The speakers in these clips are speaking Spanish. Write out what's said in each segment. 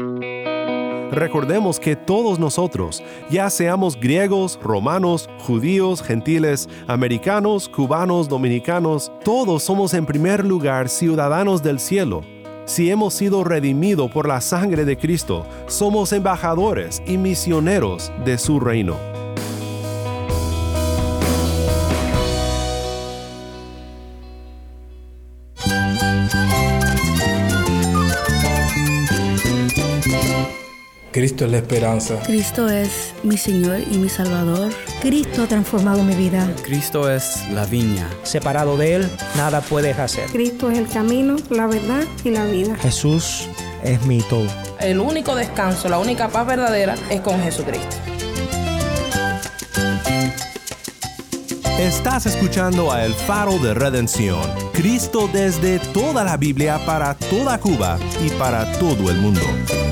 Recordemos que todos nosotros, ya seamos griegos, romanos, judíos, gentiles, americanos, cubanos, dominicanos, todos somos en primer lugar ciudadanos del cielo. Si hemos sido redimidos por la sangre de Cristo, somos embajadores y misioneros de su reino. Cristo es la esperanza. Cristo es mi Señor y mi Salvador. Cristo ha transformado mi vida. Cristo es la viña. Separado de Él, nada puedes hacer. Cristo es el camino, la verdad y la vida. Jesús es mi todo. El único descanso, la única paz verdadera es con Jesucristo. Estás escuchando a El Faro de Redención, Cristo desde toda la Biblia para toda Cuba y para todo el mundo.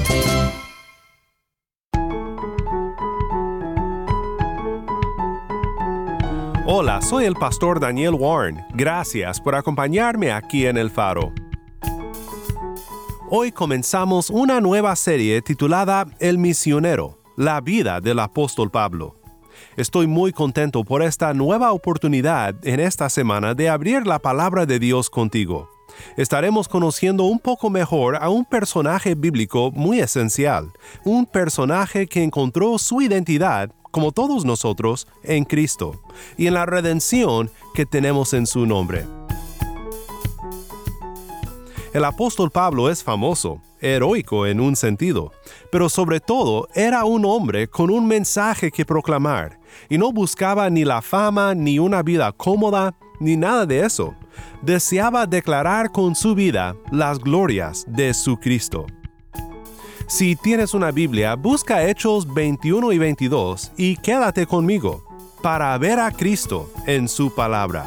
Hola, soy el pastor Daniel Warren. Gracias por acompañarme aquí en El Faro. Hoy comenzamos una nueva serie titulada El Misionero, la vida del apóstol Pablo. Estoy muy contento por esta nueva oportunidad en esta semana de abrir la palabra de Dios contigo. Estaremos conociendo un poco mejor a un personaje bíblico muy esencial, un personaje que encontró su identidad, como todos nosotros, en Cristo y en la redención que tenemos en su nombre. El apóstol Pablo es famoso, heroico en un sentido, pero sobre todo era un hombre con un mensaje que proclamar, y no buscaba ni la fama, ni una vida cómoda, ni nada de eso. Deseaba declarar con su vida las glorias de su Cristo. Si tienes una Biblia, busca Hechos 21 y 22 y quédate conmigo para ver a Cristo en su palabra.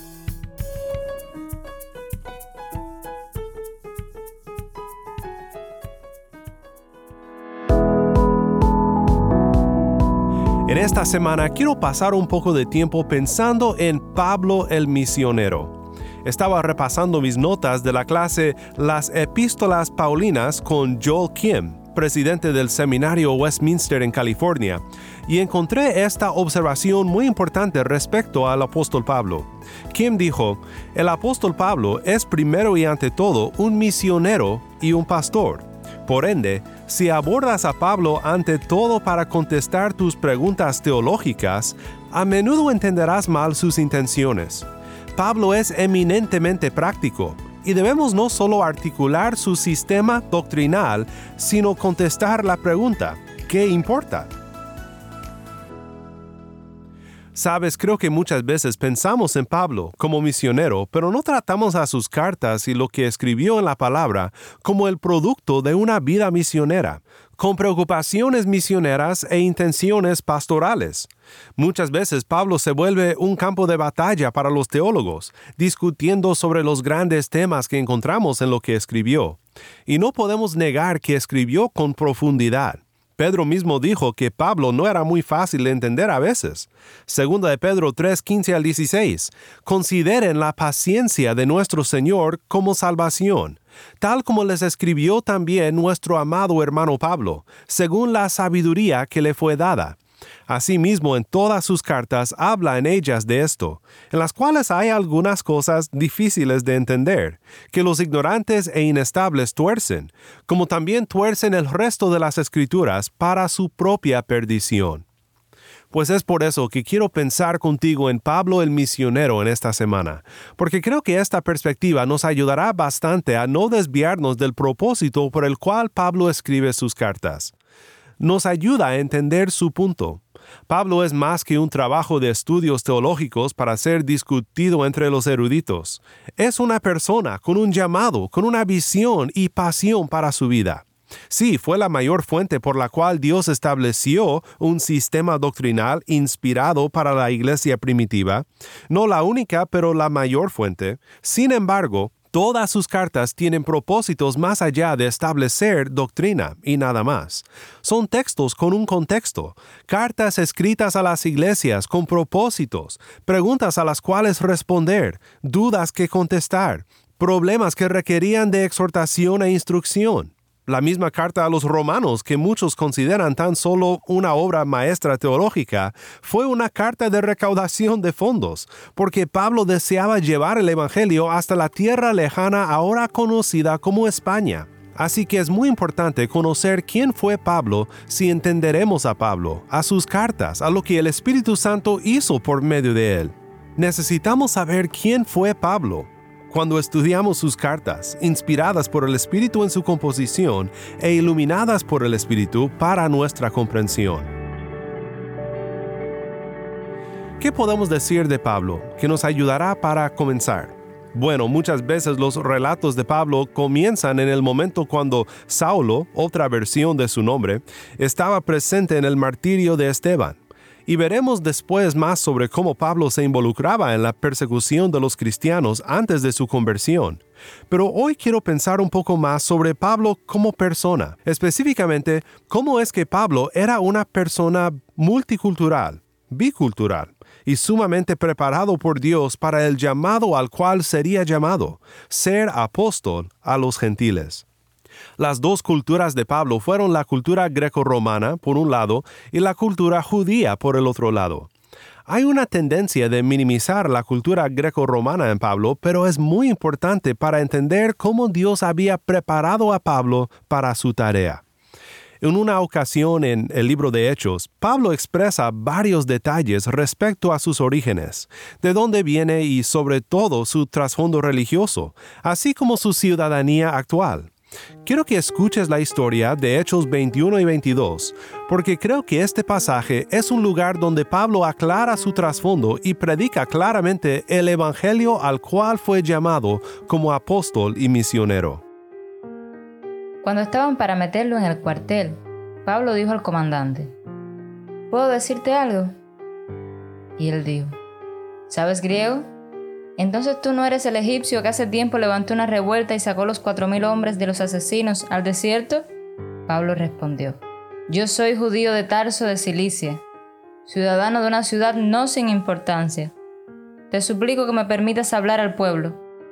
En esta semana quiero pasar un poco de tiempo pensando en Pablo el misionero. Estaba repasando mis notas de la clase Las Epístolas Paulinas con Joel Kim, presidente del Seminario Westminster en California, y encontré esta observación muy importante respecto al apóstol Pablo. Kim dijo, el apóstol Pablo es primero y ante todo un misionero y un pastor. Por ende, si abordas a Pablo ante todo para contestar tus preguntas teológicas, a menudo entenderás mal sus intenciones. Pablo es eminentemente práctico, y debemos no solo articular su sistema doctrinal, sino contestar la pregunta, ¿qué importa? Sabes, creo que muchas veces pensamos en Pablo como misionero, pero no tratamos a sus cartas y lo que escribió en la palabra como el producto de una vida misionera, con preocupaciones misioneras e intenciones pastorales. Muchas veces Pablo se vuelve un campo de batalla para los teólogos, discutiendo sobre los grandes temas que encontramos en lo que escribió. Y no podemos negar que escribió con profundidad. Pedro mismo dijo que Pablo no era muy fácil de entender a veces. Segunda de Pedro 3, 15 al 16. Consideren la paciencia de nuestro Señor como salvación, tal como les escribió también nuestro amado hermano Pablo, según la sabiduría que le fue dada. Asimismo, en todas sus cartas habla en ellas de esto, en las cuales hay algunas cosas difíciles de entender, que los ignorantes e inestables tuercen, como también tuercen el resto de las Escrituras para su propia perdición. Pues es por eso que quiero pensar contigo en Pablo el misionero en esta semana, porque creo que esta perspectiva nos ayudará bastante a no desviarnos del propósito por el cual Pablo escribe sus cartas. Nos ayuda a entender su punto. Pablo es más que un trabajo de estudios teológicos para ser discutido entre los eruditos. Es una persona con un llamado, con una visión y pasión para su vida. Sí, fue la mayor fuente por la cual Dios estableció un sistema doctrinal inspirado para la iglesia primitiva. No la única, pero la mayor fuente. Sin embargo, todas sus cartas tienen propósitos más allá de establecer doctrina y nada más. Son textos con un contexto, cartas escritas a las iglesias con propósitos, preguntas a las cuales responder, dudas que contestar, problemas que requerían de exhortación e instrucción. La misma carta a los romanos, que muchos consideran tan solo una obra maestra teológica, fue una carta de recaudación de fondos, porque Pablo deseaba llevar el Evangelio hasta la tierra lejana ahora conocida como España. Así que es muy importante conocer quién fue Pablo si entenderemos a Pablo, a sus cartas, a lo que el Espíritu Santo hizo por medio de él. Necesitamos saber quién fue Pablo. Cuando estudiamos sus cartas, inspiradas por el Espíritu en su composición e iluminadas por el Espíritu para nuestra comprensión. ¿Qué podemos decir de Pablo que nos ayudará para comenzar? Bueno, muchas veces los relatos de Pablo comienzan en el momento cuando Saulo, otra versión de su nombre, estaba presente en el martirio de Esteban. Y veremos después más sobre cómo Pablo se involucraba en la persecución de los cristianos antes de su conversión. Pero hoy quiero pensar un poco más sobre Pablo como persona. Específicamente, cómo es que Pablo era una persona multicultural, bicultural, y sumamente preparado por Dios para el llamado al cual sería llamado, ser apóstol a los gentiles. Las dos culturas de Pablo fueron la cultura greco-romana, por un lado, y la cultura judía, por el otro lado. Hay una tendencia de minimizar la cultura greco-romana en Pablo, pero es muy importante para entender cómo Dios había preparado a Pablo para su tarea. En una ocasión en el libro de Hechos, Pablo expresa varios detalles respecto a sus orígenes, de dónde viene y sobre todo su trasfondo religioso, así como su ciudadanía actual. Quiero que escuches la historia de Hechos 21 y 22, porque creo que este pasaje es un lugar donde Pablo aclara su trasfondo y predica claramente el evangelio al cual fue llamado como apóstol y misionero. Cuando estaban para meterlo en el cuartel, Pablo dijo al comandante: ¿puedo decirte algo? Y él dijo: ¿sabes griego? ¿Entonces tú no eres el egipcio que hace tiempo levantó una revuelta y sacó los 4,000 hombres de los asesinos al desierto? Pablo respondió: yo soy judío de Tarso de Cilicia, ciudadano de una ciudad no sin importancia. Te suplico que me permitas hablar al pueblo.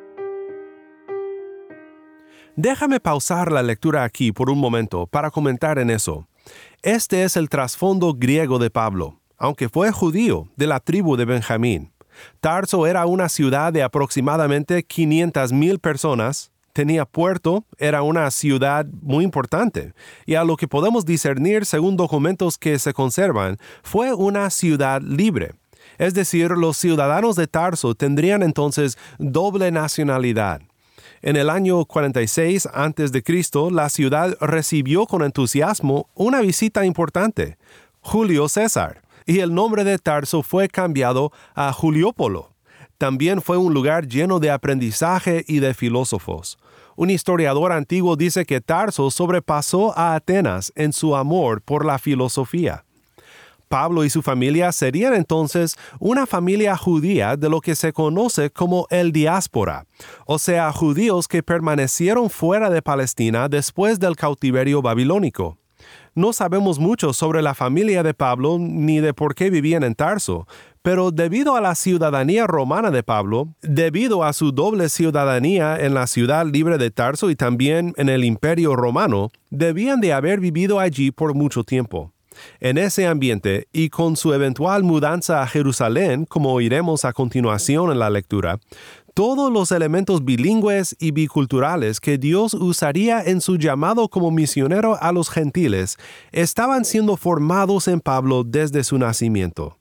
Déjame pausar la lectura aquí por un momento para comentar en eso. Este es el trasfondo griego de Pablo, aunque fue judío de la tribu de Benjamín. Tarso era una ciudad de aproximadamente 500,000 personas, tenía puerto, era una ciudad muy importante, y a lo que podemos discernir según documentos que se conservan, fue una ciudad libre. Es decir, los ciudadanos de Tarso tendrían entonces doble nacionalidad. En el año 46 a.C., la ciudad recibió con entusiasmo una visita importante, Julio César, y el nombre de Tarso fue cambiado a Juliópolo. También fue un lugar lleno de aprendizaje y de filósofos. Un historiador antiguo dice que Tarso sobrepasó a Atenas en su amor por la filosofía. Pablo y su familia serían entonces una familia judía de lo que se conoce como el diáspora, o sea, judíos que permanecieron fuera de Palestina después del cautiverio babilónico. No sabemos mucho sobre la familia de Pablo ni de por qué vivían en Tarso, pero debido a la ciudadanía romana de Pablo, debido a su doble ciudadanía en la ciudad libre de Tarso y también en el Imperio Romano, debían de haber vivido allí por mucho tiempo. En ese ambiente y con su eventual mudanza a Jerusalén, como oiremos a continuación en la lectura, todos los elementos bilingües y biculturales que Dios usaría en su llamado como misionero a los gentiles estaban siendo formados en Pablo desde su nacimiento.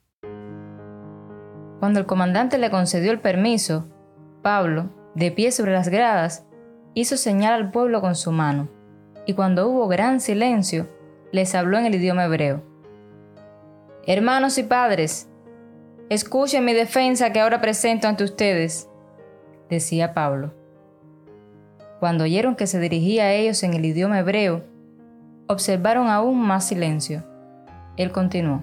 Cuando el comandante le concedió el permiso, Pablo, de pie sobre las gradas, hizo señal al pueblo con su mano, y cuando hubo gran silencio, les habló en el idioma hebreo. Hermanos y padres, escuchen mi defensa que ahora presento ante ustedes, decía Pablo. Cuando oyeron que se dirigía a ellos en el idioma hebreo, observaron aún más silencio. Él continuó: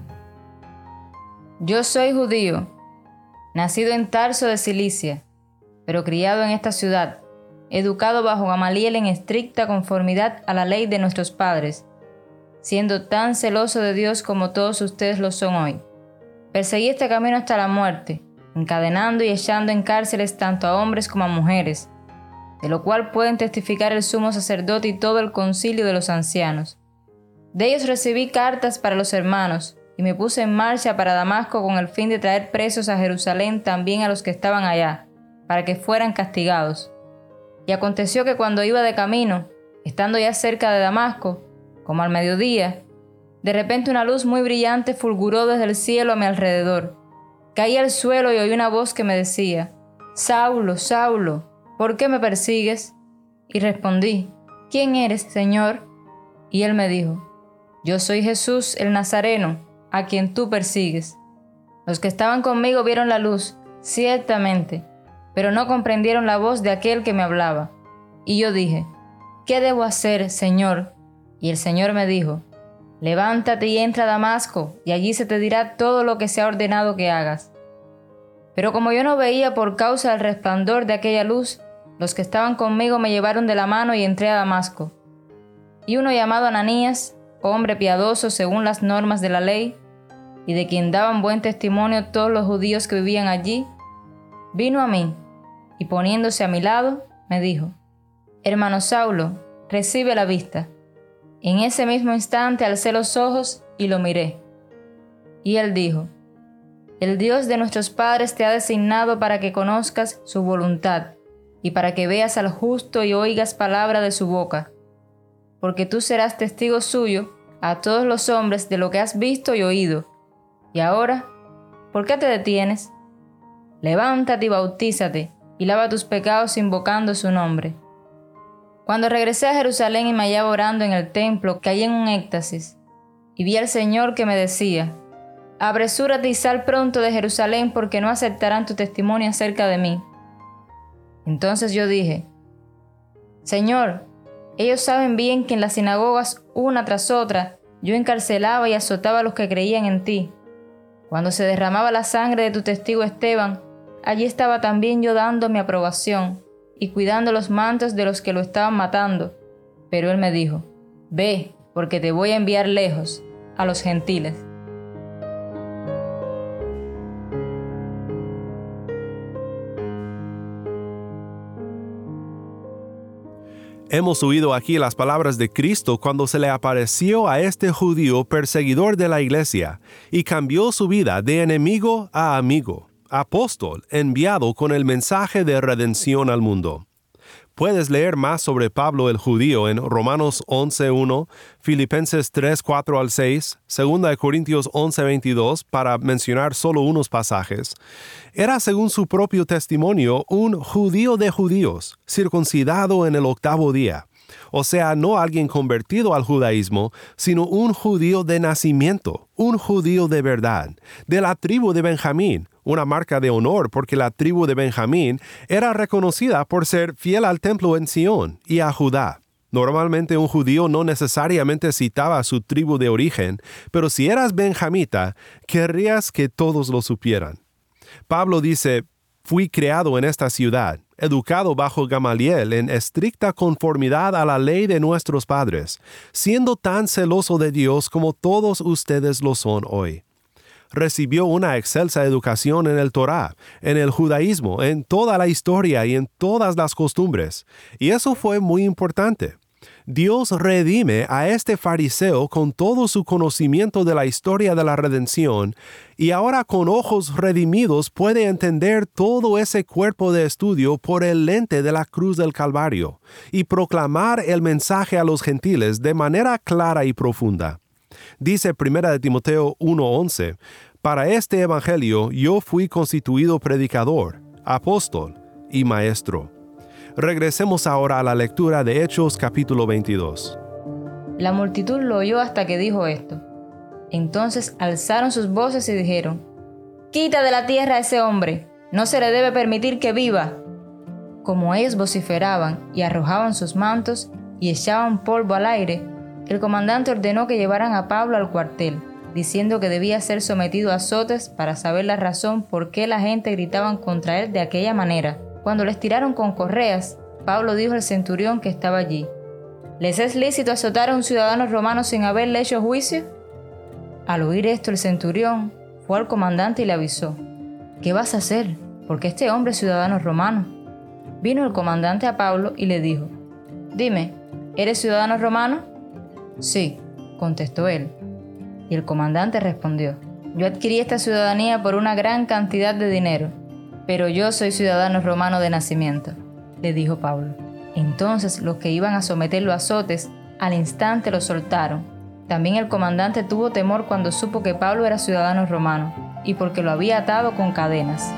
yo soy judío, nacido en Tarso de Cilicia, pero criado en esta ciudad, educado bajo Gamaliel en estricta conformidad a la ley de nuestros padres, siendo tan celoso de Dios como todos ustedes lo son hoy. Perseguí este camino hasta la muerte, encadenando y echando en cárceles tanto a hombres como a mujeres, de lo cual pueden testificar el sumo sacerdote y todo el concilio de los ancianos. De ellos recibí cartas para los hermanos, y me puse en marcha para Damasco con el fin de traer presos a Jerusalén también a los que estaban allá, para que fueran castigados. Y aconteció que cuando iba de camino, estando ya cerca de Damasco, como al mediodía, de repente una luz muy brillante fulguró desde el cielo a mi alrededor. Caí al suelo y oí una voz que me decía: «Saulo, Saulo, ¿por qué me persigues?» Y respondí: «¿Quién eres, Señor?» Y él me dijo: «Yo soy Jesús el Nazareno, a quien tú persigues». Los que estaban conmigo vieron la luz, ciertamente, pero no comprendieron la voz de aquel que me hablaba. Y yo dije: «¿Qué debo hacer, Señor?» Y el Señor me dijo: «Levántate y entra a Damasco, y allí se te dirá todo lo que se ha ordenado que hagas». Pero como yo no veía por causa del resplandor de aquella luz, los que estaban conmigo me llevaron de la mano y entré a Damasco. Y uno llamado Ananías, hombre piadoso según las normas de la ley, y de quien daban buen testimonio todos los judíos que vivían allí, vino a mí, y poniéndose a mi lado, me dijo: «Hermano Saulo, recibe la vista». En ese mismo instante alcé los ojos y lo miré. Y él dijo: «El Dios de nuestros padres te ha designado para que conozcas su voluntad, y para que veas al justo y oigas palabra de su boca. Porque tú serás testigo suyo a todos los hombres de lo que has visto y oído. Y ahora, ¿por qué te detienes? Levántate y bautízate, y lava tus pecados invocando su nombre». Cuando regresé a Jerusalén y me hallaba orando en el templo, caí en un éxtasis, y vi al Señor que me decía: «Apresúrate y sal pronto de Jerusalén, porque no aceptarán tu testimonio acerca de mí». Entonces yo dije: «Señor, ellos saben bien que en las sinagogas, una tras otra, yo encarcelaba y azotaba a los que creían en ti. Cuando se derramaba la sangre de tu testigo Esteban, allí estaba también yo dando mi aprobación y cuidando los mantos de los que lo estaban matando». Pero él me dijo: «Ve, porque te voy a enviar lejos, a los gentiles». Hemos oído aquí las palabras de Cristo cuando se le apareció a este judío perseguidor de la iglesia y cambió su vida de enemigo a amigo, apóstol enviado con el mensaje de redención al mundo. Puedes leer más sobre Pablo el judío en Romanos 11:1, Filipenses 3:4 al 6, 2 Corintios 11:22, para mencionar solo unos pasajes. Era, según su propio testimonio, un judío de judíos, circuncidado en el 8º día. O sea, no alguien convertido al judaísmo, sino un judío de nacimiento, un judío de verdad, de la tribu de Benjamín, una marca de honor porque la tribu de Benjamín era reconocida por ser fiel al templo en Sión y a Judá. Normalmente un judío no necesariamente citaba su tribu de origen, pero si eras benjamita, querrías que todos lo supieran. Pablo dice: «Fui creado en esta ciudad, educado bajo Gamaliel en estricta conformidad a la ley de nuestros padres, siendo tan celoso de Dios como todos ustedes lo son hoy». Recibió una excelsa educación en el Torá, en el judaísmo, en toda la historia y en todas las costumbres. Y eso fue muy importante. Dios redime a este fariseo con todo su conocimiento de la historia de la redención, y ahora con ojos redimidos puede entender todo ese cuerpo de estudio por el lente de la cruz del Calvario, y proclamar el mensaje a los gentiles de manera clara y profunda. Dice 1 Timoteo 1:11, «Para este evangelio yo fui constituido predicador, apóstol y maestro». Regresemos ahora a la lectura de Hechos capítulo 22. La multitud lo oyó hasta que dijo esto. Entonces alzaron sus voces y dijeron: «Quita de la tierra a ese hombre, no se le debe permitir que viva». Como ellos vociferaban y arrojaban sus mantos y echaban polvo al aire, el comandante ordenó que llevaran a Pablo al cuartel, diciendo que debía ser sometido a azotes para saber la razón por qué la gente gritaban contra él de aquella manera. Cuando les tiraron con correas, Pablo dijo al centurión que estaba allí: «¿Les es lícito azotar a un ciudadano romano sin haberle hecho juicio?». Al oír esto, el centurión fue al comandante y le avisó: «¿Qué vas a hacer? Porque este hombre es ciudadano romano». Vino el comandante a Pablo y le dijo: «Dime, ¿eres ciudadano romano?» «Sí», contestó él. Y el comandante respondió: «Yo adquirí esta ciudadanía por una gran cantidad de dinero, pero yo soy ciudadano romano de nacimiento», le dijo Pablo. Entonces los que iban a someterlo a azotes al instante lo soltaron. También el comandante tuvo temor cuando supo que Pablo era ciudadano romano y porque lo había atado con cadenas.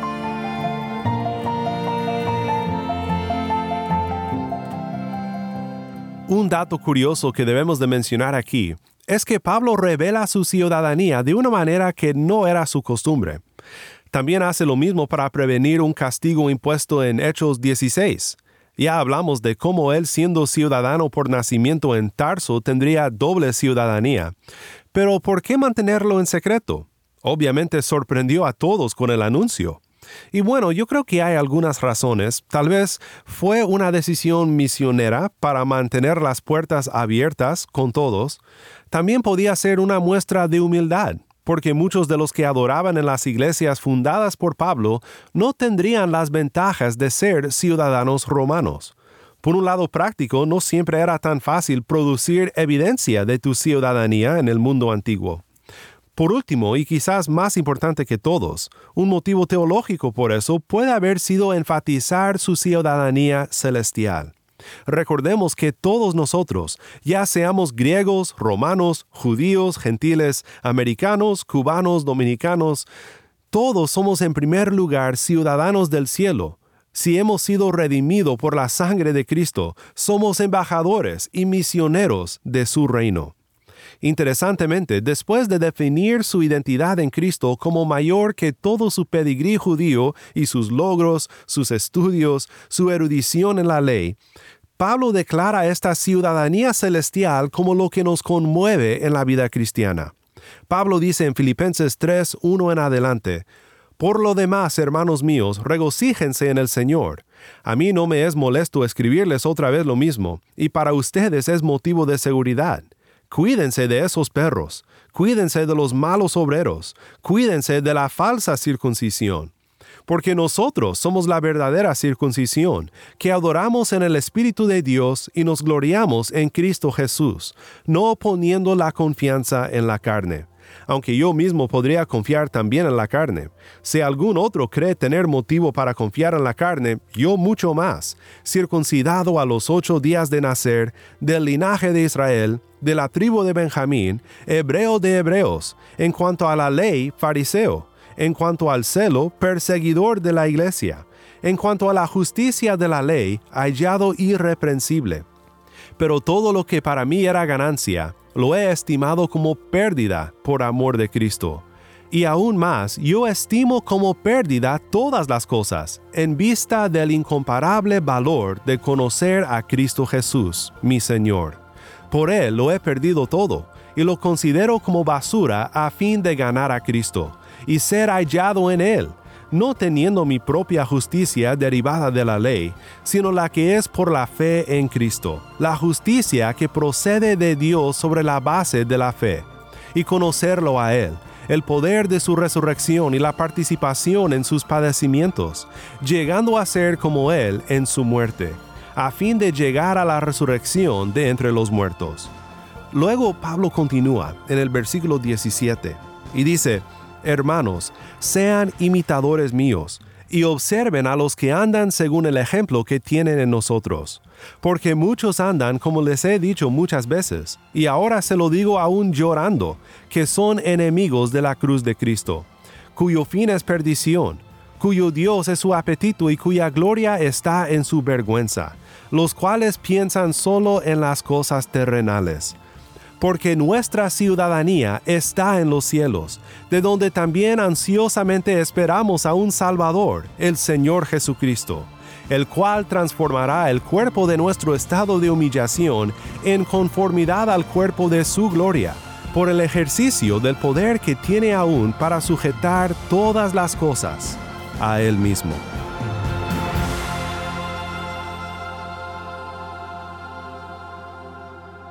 Un dato curioso que debemos de mencionar aquí es que Pablo revela su ciudadanía de una manera que no era su costumbre. También hace lo mismo para prevenir un castigo impuesto en Hechos 16. Ya hablamos de cómo él, siendo ciudadano por nacimiento en Tarso, tendría doble ciudadanía. Pero ¿por qué mantenerlo en secreto? Obviamente sorprendió a todos con el anuncio. Y bueno, yo creo que hay algunas razones. Tal vez fue una decisión misionera para mantener las puertas abiertas con todos. También podía ser una muestra de humildad, porque muchos de los que adoraban en las iglesias fundadas por Pablo no tendrían las ventajas de ser ciudadanos romanos. Por un lado práctico, no siempre era tan fácil producir evidencia de tu ciudadanía en el mundo antiguo. Por último, y quizás más importante que todos, un motivo teológico por eso puede haber sido enfatizar su ciudadanía celestial. Recordemos que todos nosotros, ya seamos griegos, romanos, judíos, gentiles, americanos, cubanos, dominicanos, todos somos en primer lugar ciudadanos del cielo. Si hemos sido redimidos por la sangre de Cristo, somos embajadores y misioneros de su reino. Interesantemente, después de definir su identidad en Cristo como mayor que todo su pedigrí judío y sus logros, sus estudios, su erudición en la ley, Pablo declara esta ciudadanía celestial como lo que nos conmueve en la vida cristiana. Pablo dice en Filipenses 3, 1 en adelante: «Por lo demás, hermanos míos, regocíjense en el Señor. A mí no me es molesto escribirles otra vez lo mismo, y para ustedes es motivo de seguridad. Cuídense de esos perros, cuídense de los malos obreros, cuídense de la falsa circuncisión. Porque nosotros somos la verdadera circuncisión, que adoramos en el Espíritu de Dios y nos gloriamos en Cristo Jesús, no poniendo la confianza en la carne. Aunque yo mismo podría confiar también en la carne. Si algún otro cree tener motivo para confiar en la carne, yo mucho más, circuncidado a los 8 días de nacer, del linaje de Israel, de la tribu de Benjamín, hebreo de hebreos, en cuanto a la ley, fariseo, en cuanto al celo, perseguidor de la iglesia, en cuanto a la justicia de la ley, hallado irreprensible. Pero todo lo que para mí era ganancia, lo he estimado como pérdida por amor de Cristo. Y aún más, yo estimo como pérdida todas las cosas, en vista del incomparable valor de conocer a Cristo Jesús, mi Señor. Por Él lo he perdido todo, y lo considero como basura a fin de ganar a Cristo, y ser hallado en Él, no teniendo mi propia justicia derivada de la ley, sino la que es por la fe en Cristo, la justicia que procede de Dios sobre la base de la fe, y conocerlo a Él, el poder de su resurrección y la participación en sus padecimientos, llegando a ser como Él en su muerte, a fin de llegar a la resurrección de entre los muertos. Luego Pablo continúa en el versículo 17 y dice: «Hermanos, sean imitadores míos, y observen a los que andan según el ejemplo que tienen en nosotros. Porque muchos andan, como les he dicho muchas veces, y ahora se lo digo aún llorando, que son enemigos de la cruz de Cristo, cuyo fin es perdición, cuyo Dios es su apetito y cuya gloria está en su vergüenza, los cuales piensan solo en las cosas terrenales. Porque nuestra ciudadanía está en los cielos, de donde también ansiosamente esperamos a un Salvador, el Señor Jesucristo, el cual transformará el cuerpo de nuestro estado de humillación en conformidad al cuerpo de su gloria, por el ejercicio del poder que tiene aún para sujetar todas las cosas a Él mismo».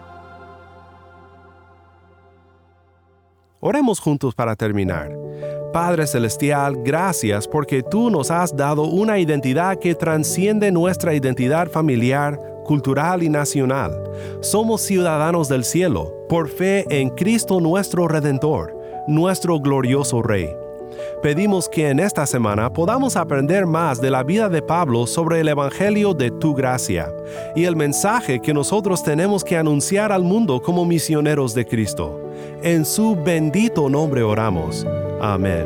Oremos juntos para terminar. Padre Celestial, gracias porque tú nos has dado una identidad que transciende nuestra identidad familiar, cultural y nacional. Somos ciudadanos del cielo, por fe en Cristo nuestro Redentor, nuestro glorioso Rey. Pedimos que en esta semana podamos aprender más de la vida de Pablo sobre el Evangelio de tu gracia y el mensaje que nosotros tenemos que anunciar al mundo como misioneros de Cristo. En su bendito nombre oramos. Amén.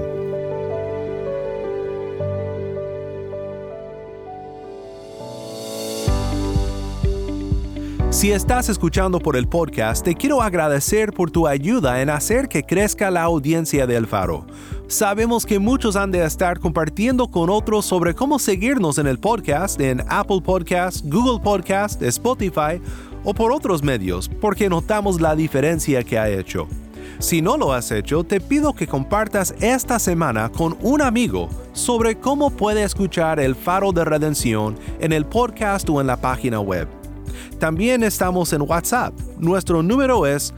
Si estás escuchando por el podcast, te quiero agradecer por tu ayuda en hacer que crezca la audiencia de El Faro. Sabemos que muchos han de estar compartiendo con otros sobre cómo seguirnos en el podcast en Apple Podcasts, Google Podcasts, Spotify o por otros medios, porque notamos la diferencia que ha hecho. Si no lo has hecho, te pido que compartas esta semana con un amigo sobre cómo puede escuchar El Faro de Redención en el podcast o en la página web. También estamos en WhatsApp. Nuestro número es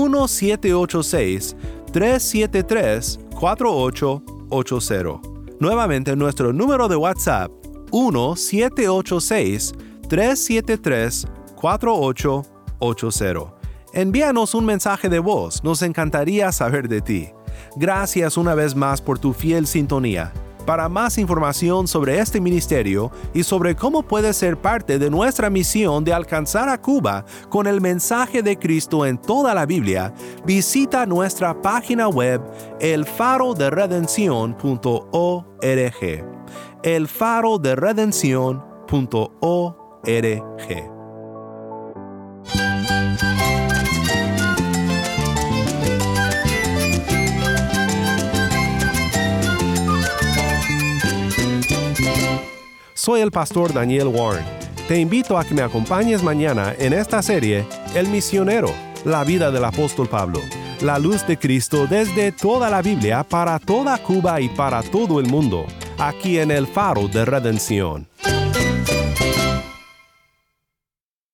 1-786-373-4880. Nuevamente, nuestro número de WhatsApp, 1-786-373-4880. Envíanos un mensaje de voz, nos encantaría saber de ti. Gracias una vez más por tu fiel sintonía. Para más información sobre este ministerio y sobre cómo puedes ser parte de nuestra misión de alcanzar a Cuba con el mensaje de Cristo en toda la Biblia, visita nuestra página web elfaroderedencion.org. elfaroderedencion.org. Soy el pastor Daniel Warren. Te invito a que me acompañes mañana en esta serie, El Misionero, la vida del apóstol Pablo. La luz de Cristo desde toda la Biblia para toda Cuba y para todo el mundo, aquí en El Faro de Redención.